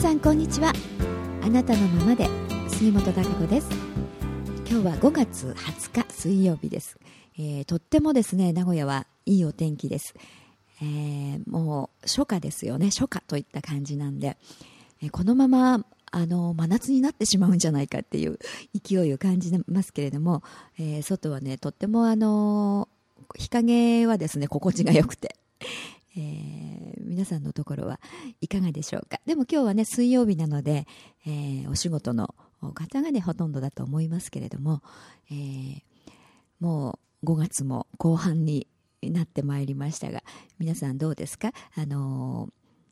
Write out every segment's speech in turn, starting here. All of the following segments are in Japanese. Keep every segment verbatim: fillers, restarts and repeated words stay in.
さんこんにちは。あなたのままで杉本孝子です。今日はごがつはつか水曜日です。えー、とってもですね、名古屋はいいお天気です。えー、もう初夏ですよね。初夏といった感じなんで、えー、このままあの真夏になってしまうんじゃないかっていう勢いを感じますけれども、えー、外はねとってもあの日陰はですね心地が良くて、えー、皆さんのところはいかがでしょうか。でも今日はね水曜日なので、えー、お仕事の方がねほとんどだと思いますけれども、えー、もうごがつも後半になってまいりましたが、皆さんどうですか。あの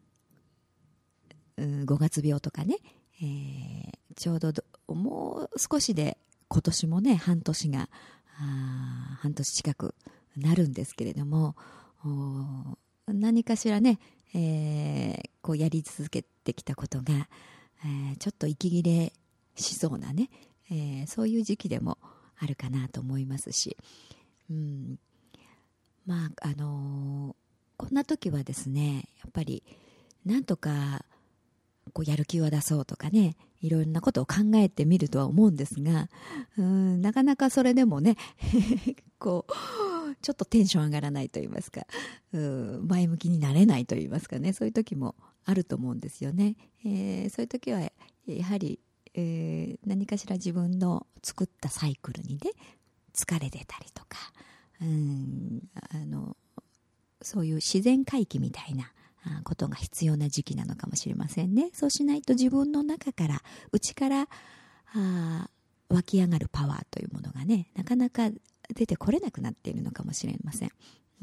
ーうん、ごがつ病とかね、えー、ちょうどもう少しで今年もね半年があ半年近くなるんですけれども、何かしらね、えー、こうやり続けてきたことが、えー、ちょっと息切れしそうなね、えー、そういう時期でもあるかなと思いますし、うん、まああのー、こんな時はですねやっぱりなんとかこうやる気を出そうとかね、いろんなことを考えてみるとは思うんですが、うん、なかなかそれでもねこうちょっとテンション上がらないと言いますか、うん、前向きになれないと言いますかね、そういう時もあると思うんですよね。えー、そういう時はやはり、えー、何かしら自分の作ったサイクルにね疲れてたりとか、うん、あのそういう自然回帰みたいなことが必要な時期なのかもしれませんね。そうしないと自分の中から内からあ湧き上がるパワーというものがねなかなか出てこれなくなっているのかもしれません。うん、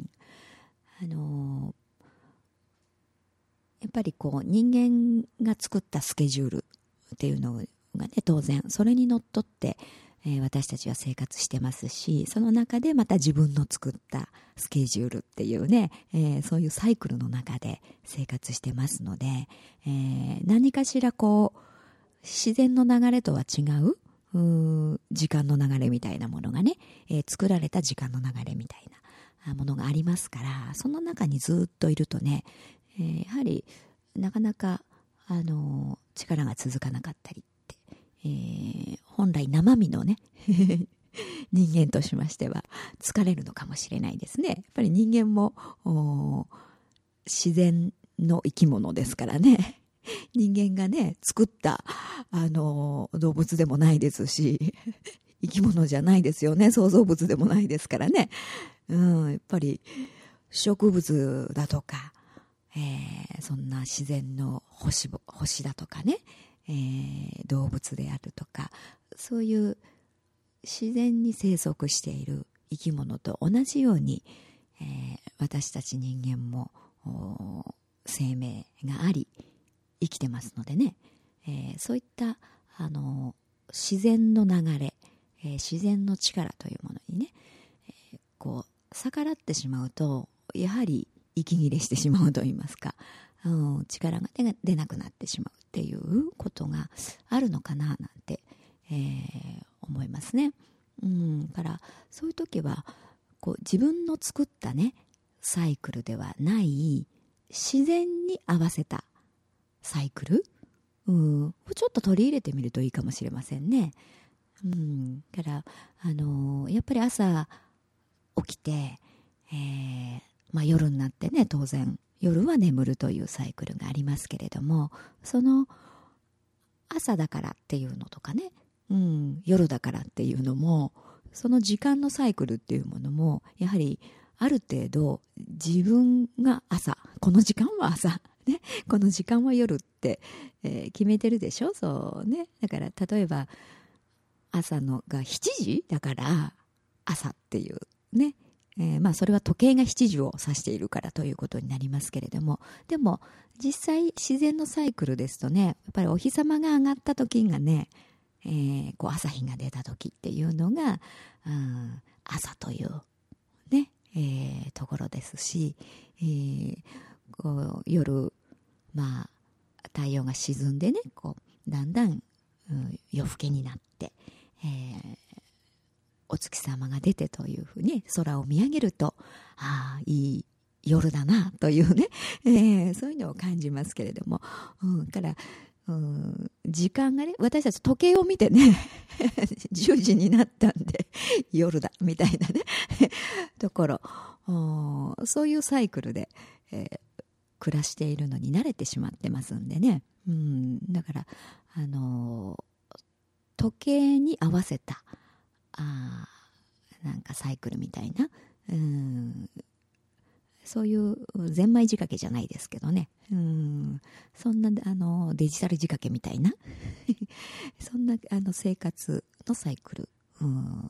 あのー、やっぱりこう人間が作ったスケジュールっていうのがね当然それにのっとって、えー、私たちは生活してますし、その中でまた自分の作ったスケジュールっていうね、えー、そういうサイクルの中で生活してますので、えー、何かしらこう自然の流れとは違うう時間の流れみたいなものがね、えー、作られた時間の流れみたいなものがありますから、その中にずっといるとね、えー、やはりなかなか、あのー、力が続かなかったりって、えー、本来生身のね人間としましては疲れるのかもしれないですね。やっぱり人間も自然の生き物ですからね。人間がね作ったあの動物でもないですし生き物じゃないですよね。創造物でもないですからね、うん、やっぱり植物だとか、えー、そんな自然の 星, 星だとかね、えー、動物であるとか、そういう自然に生息している生き物と同じように、えー、私たち人間も生命があり生きてますのでね、えー、そういったあの自然の流れ、えー、自然の力というものにね、えー、こう逆らってしまうとやはり息切れしてしまうといいますか、うん、力が出なくなってしまうっていうことがあるのかななんて、えー、思いますね。うん、だからそういう時はこう自分の作ったねサイクルではない自然に合わせたサイクル、うん、をちょっと取り入れてみるといいかもしれませんね。うん、だから、あのー、やっぱり朝起きて、えーまあ、夜になってね当然夜は眠るというサイクルがありますけれども、その朝だからっていうのとかね、うん、夜だからっていうのも、その時間のサイクルっていうものもやはりある程度自分が朝、この時間は朝ね、この時間は夜って、えー、決めてるでしょ。そうね。だから例えば朝のがしちじだから朝っていうね、えー、まあそれは時計がしちじを指しているからということになりますけれども、でも実際自然のサイクルですとね、やっぱりお日様が上がった時がね、えー、こう朝日が出た時っていうのが、うん、朝というね、えー、ところですし、えーこう夜、まあ、太陽が沈んでねこうだんだん、うん、夜更けになって、えー、お月様が出てというふうに空を見上げると、ああいい夜だなというね、えー、そういうのを感じますけれども、うん、から、うん、時間がね、私たち時計を見てねじゅうじになったんで夜だみたいなねところ、そういうサイクルで、えー、暮らしているのに慣れてしまってますんでね、うん、だからあのー、時計に合わせたあなんかサイクルみたいな、うん、そういうゼンマイ仕掛けじゃないですけどね、うん、そんなあのデジタル仕掛けみたいなそんなあの生活のサイクル、うん、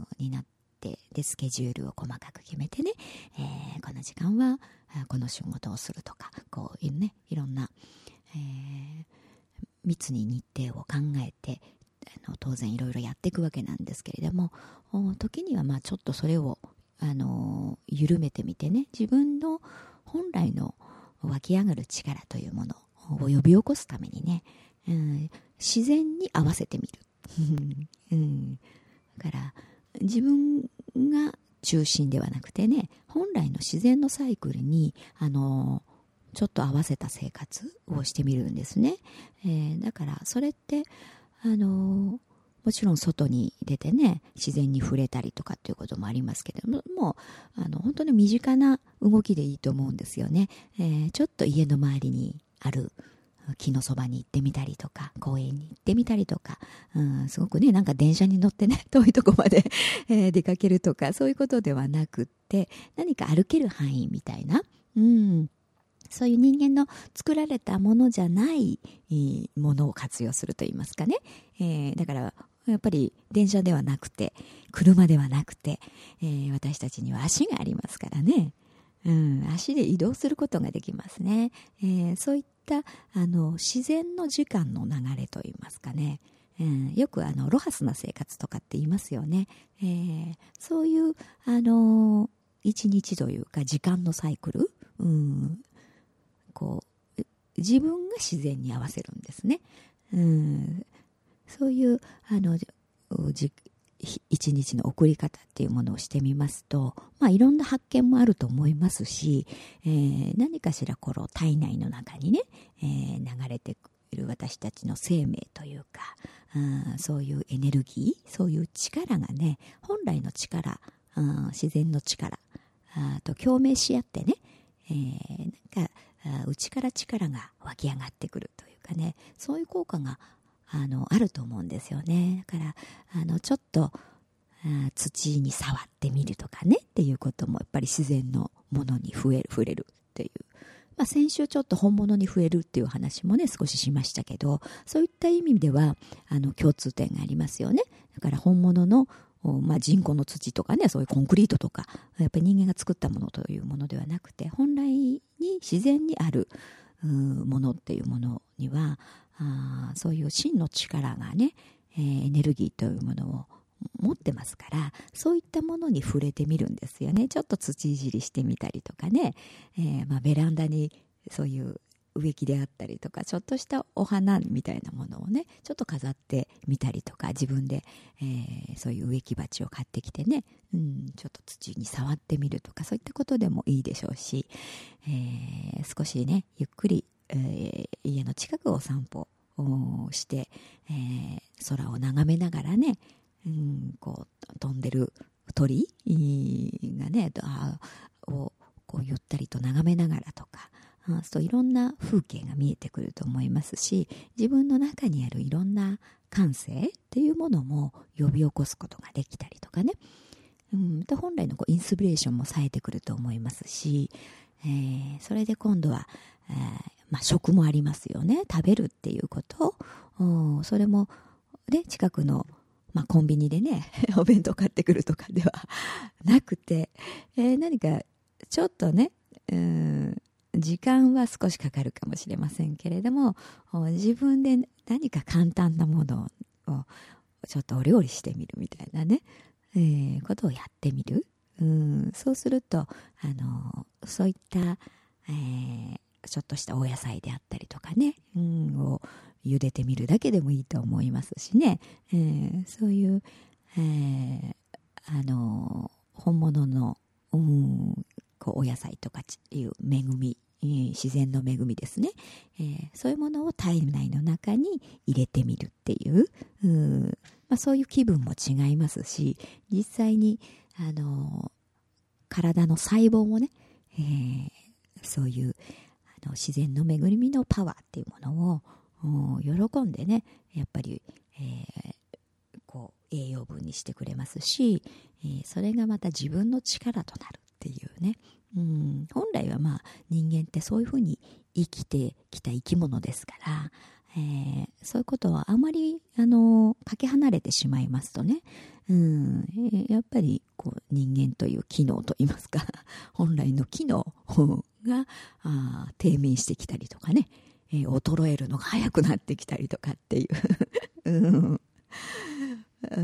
になってでスケジュールを細かく決めてね、えー、この時間はこの仕事をするとか、こういうね、いろんな、えー、密に日程を考えてあの当然いろいろやっていくわけなんですけれども、時にはまあちょっとそれをあの緩めてみてね、自分の本来の湧き上がる力というものを呼び起こすためにね、うん、自然に合わせてみる、うん、だから自分が中心ではなくてね、本来の自然のサイクルにあのちょっと合わせた生活をしてみるんですね、えー、だからそれってあのもちろん外に出てね、自然に触れたりとかっていうこともありますけども、もうあの本当に身近な動きでいいと思うんですよね、えー、ちょっと家の周りにある木のそばに行ってみたりとか、公園に行ってみたりとか、うん、すごくね、なんか電車に乗ってね、遠いとこまで、えー、出かけるとか、そういうことではなくって、何か歩ける範囲みたいな、うん、そういう人間の作られたものじゃないものを活用するといいますかね、えー、だからやっぱり電車ではなくて、車ではなくて、えー、私たちには足がありますからね、うん、足で移動することができますね、えー、そういったあの自然の時間の流れといいますかね、うん、よくあのロハスな生活とかって言いますよね、えー、そういうあの一日というか時間のサイクル、うん、こう自分が自然に合わせるんですね、うん、そういうあのじ一日の送り方っていうものをしてみますと、まあ、いろんな発見もあると思いますし、えー、何かしらこの体内の中にね、えー、流れている私たちの生命というか、うん、そういうエネルギー、そういう力がね、本来の力、うん、自然の力あと共鳴し合ってね、えー、なんか内から力が湧き上がってくるというかね、そういう効果があのあると思うんですよね。だからあのちょっとあ土に触ってみるとかねっていうこともやっぱり自然のものに触れる触れるっていう、まあ、先週ちょっと本物に触れるっていう話もね少ししましたけど、そういった意味ではあの共通点がありますよね。だから本物のまあ、人工の土とかね、そういうコンクリートとかやっぱり人間が作ったものというものではなくて、本来に自然にあるものっていうものにはあそういう真の力がね、えー、エネルギーというものを持ってますから、そういったものに触れてみるんですよね。ちょっと土いじりしてみたりとかね、えーまあ、ベランダにそういう植木であったりとか、ちょっとしたお花みたいなものをねちょっと飾ってみたりとか、自分で、えー、そういう植木鉢を買ってきてね、うん、ちょっと土に触ってみるとか、そういったことでもいいでしょうし、えー、少しねゆっくり、えー、家の近くを散歩をして、えー、空を眺めながらね、うん、こう飛んでる鳥がねあをこうゆったりと眺めながらとか、あそういろんな風景が見えてくると思いますし、自分の中にあるいろんな感性っていうものも呼び起こすことができたりとかね、うん、で本来のこうインスピレーションも冴えてくると思いますし、えー、それで今度は、えーまあ、食もありますよね。食べるっていうことをそれも、ね、近くの、まあ、コンビニでねお弁当買ってくるとかではなくて、えー、何かちょっとね、うん時間は少しかかるかもしれませんけれども、自分で何か簡単なものをちょっとお料理してみるみたいなね、えー、ことをやってみる、うん、そうするとあのそういった、えー、ちょっとしたお野菜であったりとかね、うん、を茹でてみるだけでもいいと思いますしね、えー、そういう、えー、あの本物の、うんこうお野菜とかいう恵み、自然の恵みですね、えー、そういうものを体内の中に入れてみるっていう、うん、まあ、そういう気分も違いますし、実際にあの体の細胞もね、えー、そういうあの自然の恵みのパワーっていうものを喜んでね、やっぱり、えー、こう栄養分にしてくれますし、えー、それがまた自分の力となるっていうね、うん、本来はまあ人間ってそういうふうに生きてきた生き物ですから、えー、そういうことはあまりあのかけ離れてしまいますとね、うん、えー、やっぱりこう人間という機能といいますか本来の機能があ低迷してきたりとかね、えー、衰えるのが早くなってきたりとかっていう、うんうん、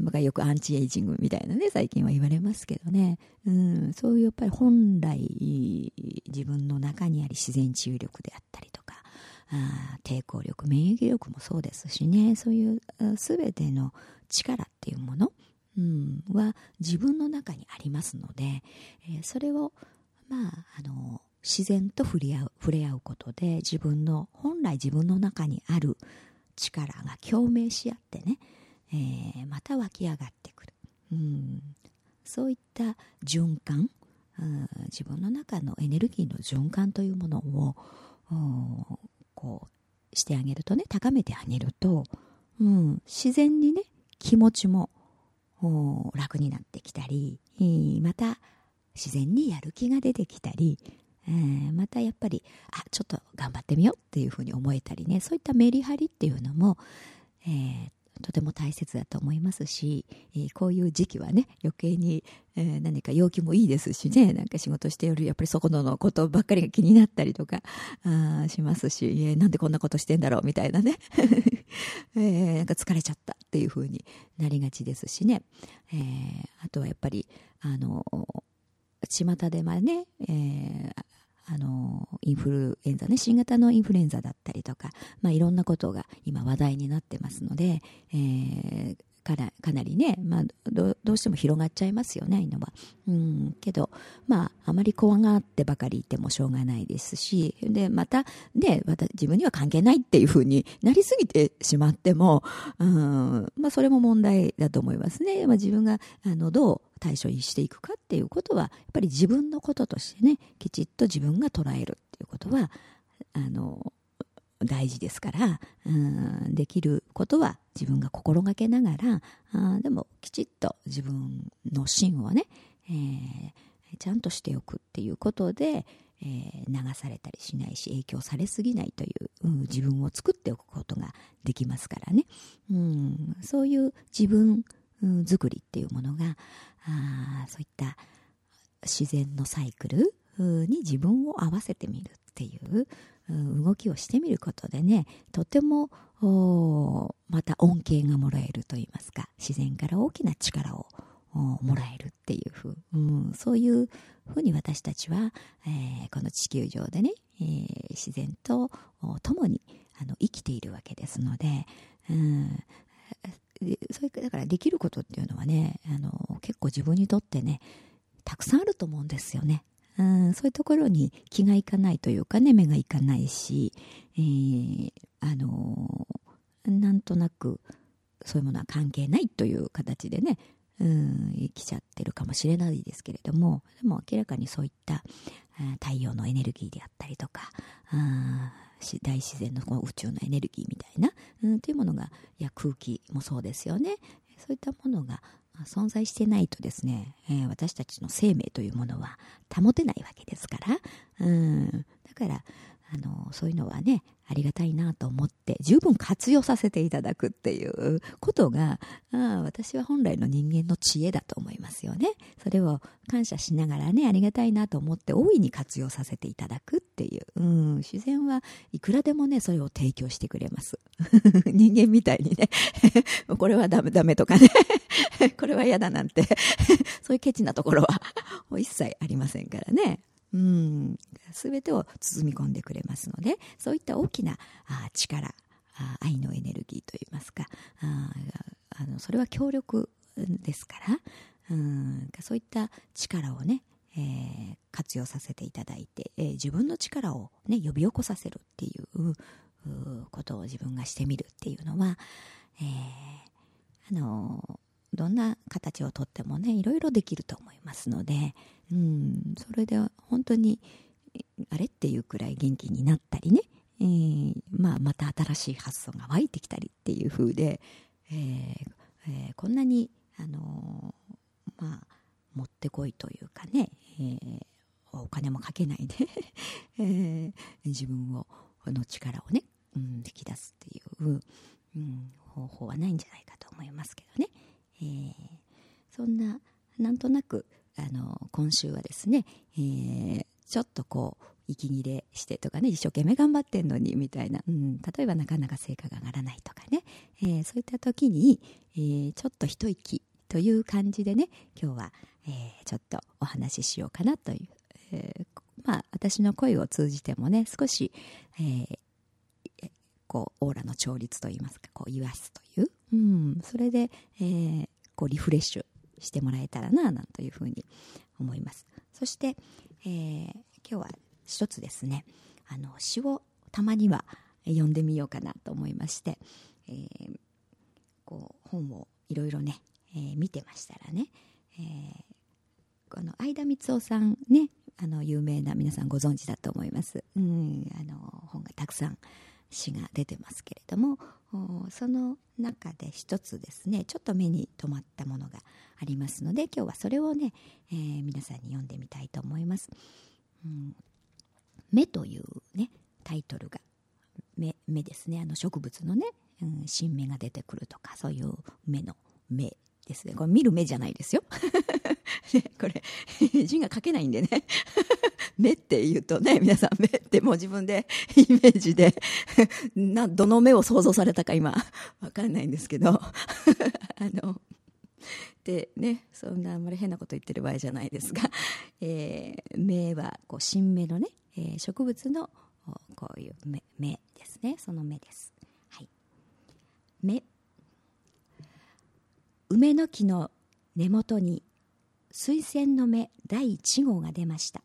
よくアンチエイジングみたいなね、最近は言われますけどね、うん、そういうやっぱり本来自分の中にあり自然治癒力であったりとか、あ抵抗力、免疫力もそうですしね、そういうすべての力っていうもの、うん、は自分の中にありますので、えー、それをまああの自然と触れ合う、触れ合うことで自分の本来自分の中にある力が共鳴し合ってね、えー、また湧き上がってくる、うん、そういった循環、うん、自分の中のエネルギーの循環というものをこうしてあげるとね、高めてあげると、うん、自然にね気持ちも楽になってきたり、また自然にやる気が出てきたり、えー、またやっぱりあちょっと頑張ってみようっていうふうに思えたりね、そういったメリハリっていうのも、えー、とても大切だと思いますし、えー、こういう時期はね余計に、えー、何か陽気もいいですしね、なんか仕事してよりやっぱりそこのことばっかりが気になったりとかあしますし、えー、なんでこんなことしてんだろうみたいなね、えー、なんか疲れちゃったっていう風になりがちですしね、えー、あとはやっぱりあの巷でまあね、えーあのインフルエンザね、新型のインフルエンザだったりとか、まあ、いろんなことが今話題になってますので、えー、かな、かなりね、まあ、ど, どうしても広がっちゃいますよね、今は。うん、けど、まあ、あまり怖がってばかりいてもしょうがないですし、で、また、ね、自分には関係ないっていうふうになりすぎてしまっても、うん、まあ、それも問題だと思いますね。まあ、自分が、あの、どう対処していくかっていうことは、やっぱり自分のこととしてね、きちっと自分が捉えるっていうことは、あの、大事ですから、うん、できることは自分が心がけながら、あでもきちっと自分の芯をね、えー、ちゃんとしておくっていうことで、えー、流されたりしないし影響されすぎないという、うん、自分を作っておくことができますからね、うん、そういう自分、うん、作りっていうものがあそういった自然のサイクルに自分を合わせてみるっていう動きをしてみることでね、とてもまた恩恵がもらえるといいますか、自然から大きな力をもらえるっていうふう、うん、そういうふうに私たちは、えー、この地球上でね、えー、自然と共にあの生きているわけですので、うんそれだからできることっていうのはね、あの結構自分にとってねたくさんあると思うんですよね。うん、そういうところに気がいかないというかね、目がいかないし、えー、あのなんとなくそういうものは関係ないという形でね、うん、生きちゃってるかもしれないですけれども、でも明らかにそういった太陽のエネルギーであったりとか、あ大自然のこの宇宙のエネルギーみたいな、うん、というものが、いや空気もそうですよね。そういったものが存在してないとですね、えー、私たちの生命というものは保てないわけですから、うん、だからあのそういうのはねありがたいなと思って十分活用させていただくっていうことがあ私は本来の人間の知恵だと思いますよね。それを感謝しながらねありがたいなと思って大いに活用させていただくっていう、うん、自然はいくらでもねそれを提供してくれます人間みたいにねこれはダメダメとかねこれは嫌だなんてそういうケチなところは一切ありませんからね。うん、全てを包み込んでくれますので、そういった大きなあ力あ愛のエネルギーといいますか、ああのそれは強力ですから、うん、そういった力をね、 えー、活用させていただいて、えー、自分の力を、ね、呼び起こさせるっていうことを自分がしてみるっていうのは、えー、あのどんな形をとってもねいろいろできると思いますので、うん、それで本当にあれっていうくらい元気になったりね、えーまあ、また新しい発想が湧いてきたりっていう風で、えーえー、こんなに、あのーまあ、もってこいというかね、えー、お金もかけないで、えー、自分をの力をね、うん、引き出すっていう、うん、方法はないんじゃないかと思いますけどね、えー、そんななんとなくあの今週はですね、えー、ちょっとこう息切れしてとかね、一生懸命頑張ってんのにみたいな、うん、例えばなかなか成果が上がらないとかね、えー、そういった時に、えー、ちょっと一息という感じでね、今日は、えー、ちょっとお話ししようかなという、えー、まあ私の声を通じてもね少し、えー、こうオーラの調律といいますか、こう癒すという、うん、それで、えー、こうリフレッシュしてもらえたらななんというふうに思います。そして、えー、今日は一つですね、あの詩をたまには読んでみようかなと思いまして、えー、こう本をいろいろね、えー、見てましたらね、えー、この相田光夫さんね、あの有名な皆さんご存知だと思います、うん、あの本がたくさん詩が出てますけれども、その中で一つですねちょっと目に留まったものがありますので、今日はそれをね、えー、皆さんに読んでみたいと思います。うん、芽というねタイトルが 芽, 芽ですね、あの植物のね、うん、新芽が出てくるとかそういう芽の芽ですね。これ見る目じゃないですよね、これ字が書けないんでね目って言うとね、皆さん目ってもう自分でイメージでなどの目を想像されたか今わかんないんですけどあのでね、そんなあんまり変なこと言ってる場合じゃないですが、えー、芽はこう新芽のね、えー、植物のこういう芽、芽ですね。その芽です。はい。芽。梅の木の根元に水仙の芽だいいち号が出ました。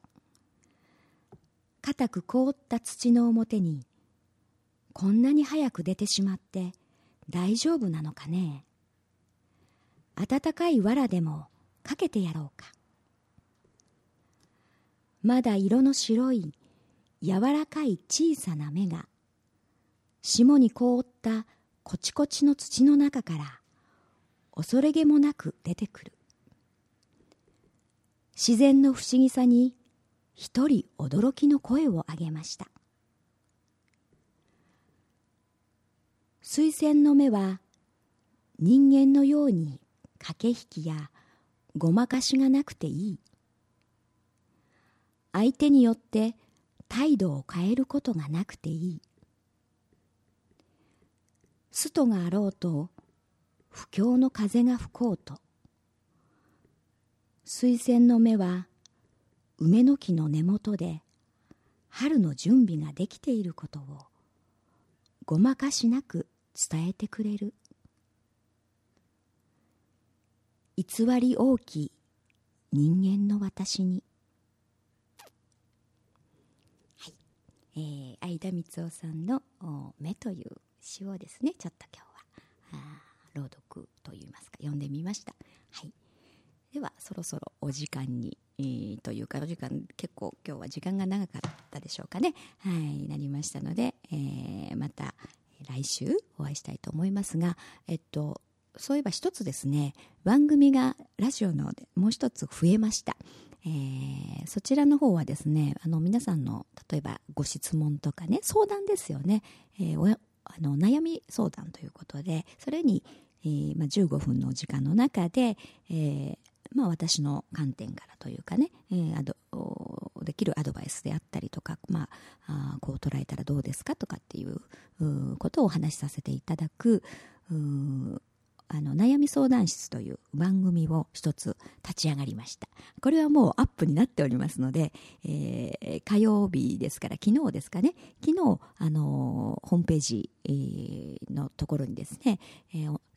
固く凍った土の表にこんなに早く出てしまって大丈夫なのかね。暖かい藁でもかけてやろうか。まだ色の白い柔らかい小さな芽が霜に凍ったコチコチの土の中から恐れげもなく出てくる。自然の不思議さに一人驚きの声を上げました。水仙の芽は人間のように駆け引きやごまかしがなくていい。相手によって態度を変えることがなくていい。ストがあろうと不況の風が吹こうと、水仙の芽は梅の木の根元で春の準備ができていることをごまかしなく伝えてくれる。偽り大きい人間の私に。はい、えー、相田光夫さんの芽という詩をですね、ちょっと今日は朗読といいますか読んでみました。はい、ではそろそろお時間に、えー、というかお時間結構今日は時間が長かったでしょうかね。はい、なりましたので、えー、また来週お会いしたいと思いますが、えっとそういえば一つですね、番組がラジオのでもう一つ増えました。えー、そちらの方はですね、あの皆さんの例えばご質問とかね、相談ですよね、えー、おあの悩み相談ということで、それに、えーまあ、じゅうごふんの時間の中で、えーまあ、私の観点からというかね、えー、アドできるアドバイスであったりとか、まあ、あこう捉えたらどうですかとかっていう、うことをお話しさせていただくうあの悩み相談室という番組を一つ立ち上がりました。これはもうアップになっておりますので、えー、火曜日ですから昨日ですかね、昨日あのホームページ、えー、のところにですね、えー、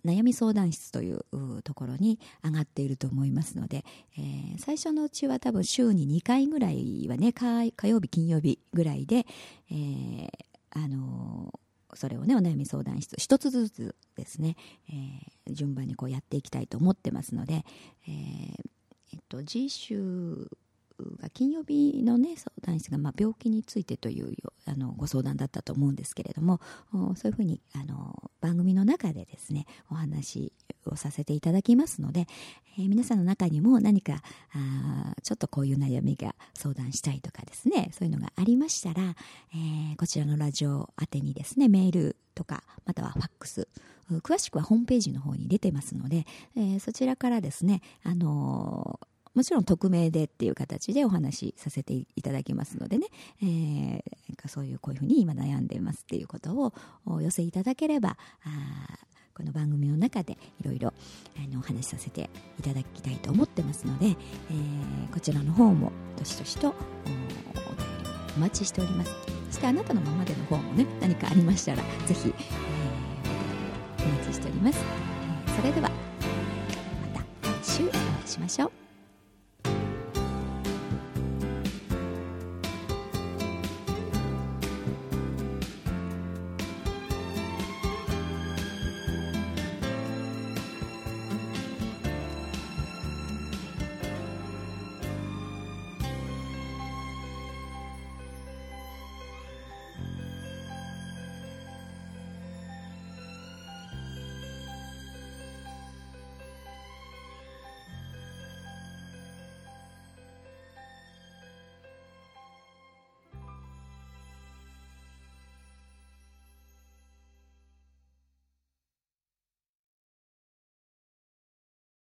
悩み相談室というところに上がっていると思いますので、えー、最初のうちは多分週ににかいぐらいはね、火曜日金曜日ぐらいで、えー、あのー、それをね、お悩み相談室一つずつですね、えー、順番にこうやっていきたいと思ってますので、えーえっと、次週が金曜日のね相談室が、まあ、病気についてというあのご相談だったと思うんですけれども、そういうふうにあの番組の中でですねお話をさせていただきますので、えー、皆さんの中にも何かあちょっとこういう悩みが相談したいとかですね、そういうのがありましたら、えー、こちらのラジオ宛てにですねメールとかまたはファックス、詳しくはホームページの方に出てますので、えー、そちらからですね、あのーもちろん匿名でっていう形でお話しさせていただきますのでね、えー、なんかそういうこういうふうに今悩んでいますっていうことをお寄せいただければ、あこの番組の中でいろいろお話しさせていただきたいと思ってますので、えー、こちらの方もどしどしと お, お便りお待ちしております。そしてあなたのままでの方もね何かありましたらぜひ、えー、お待ちしております。えー、それではまた来週お会いしましょう。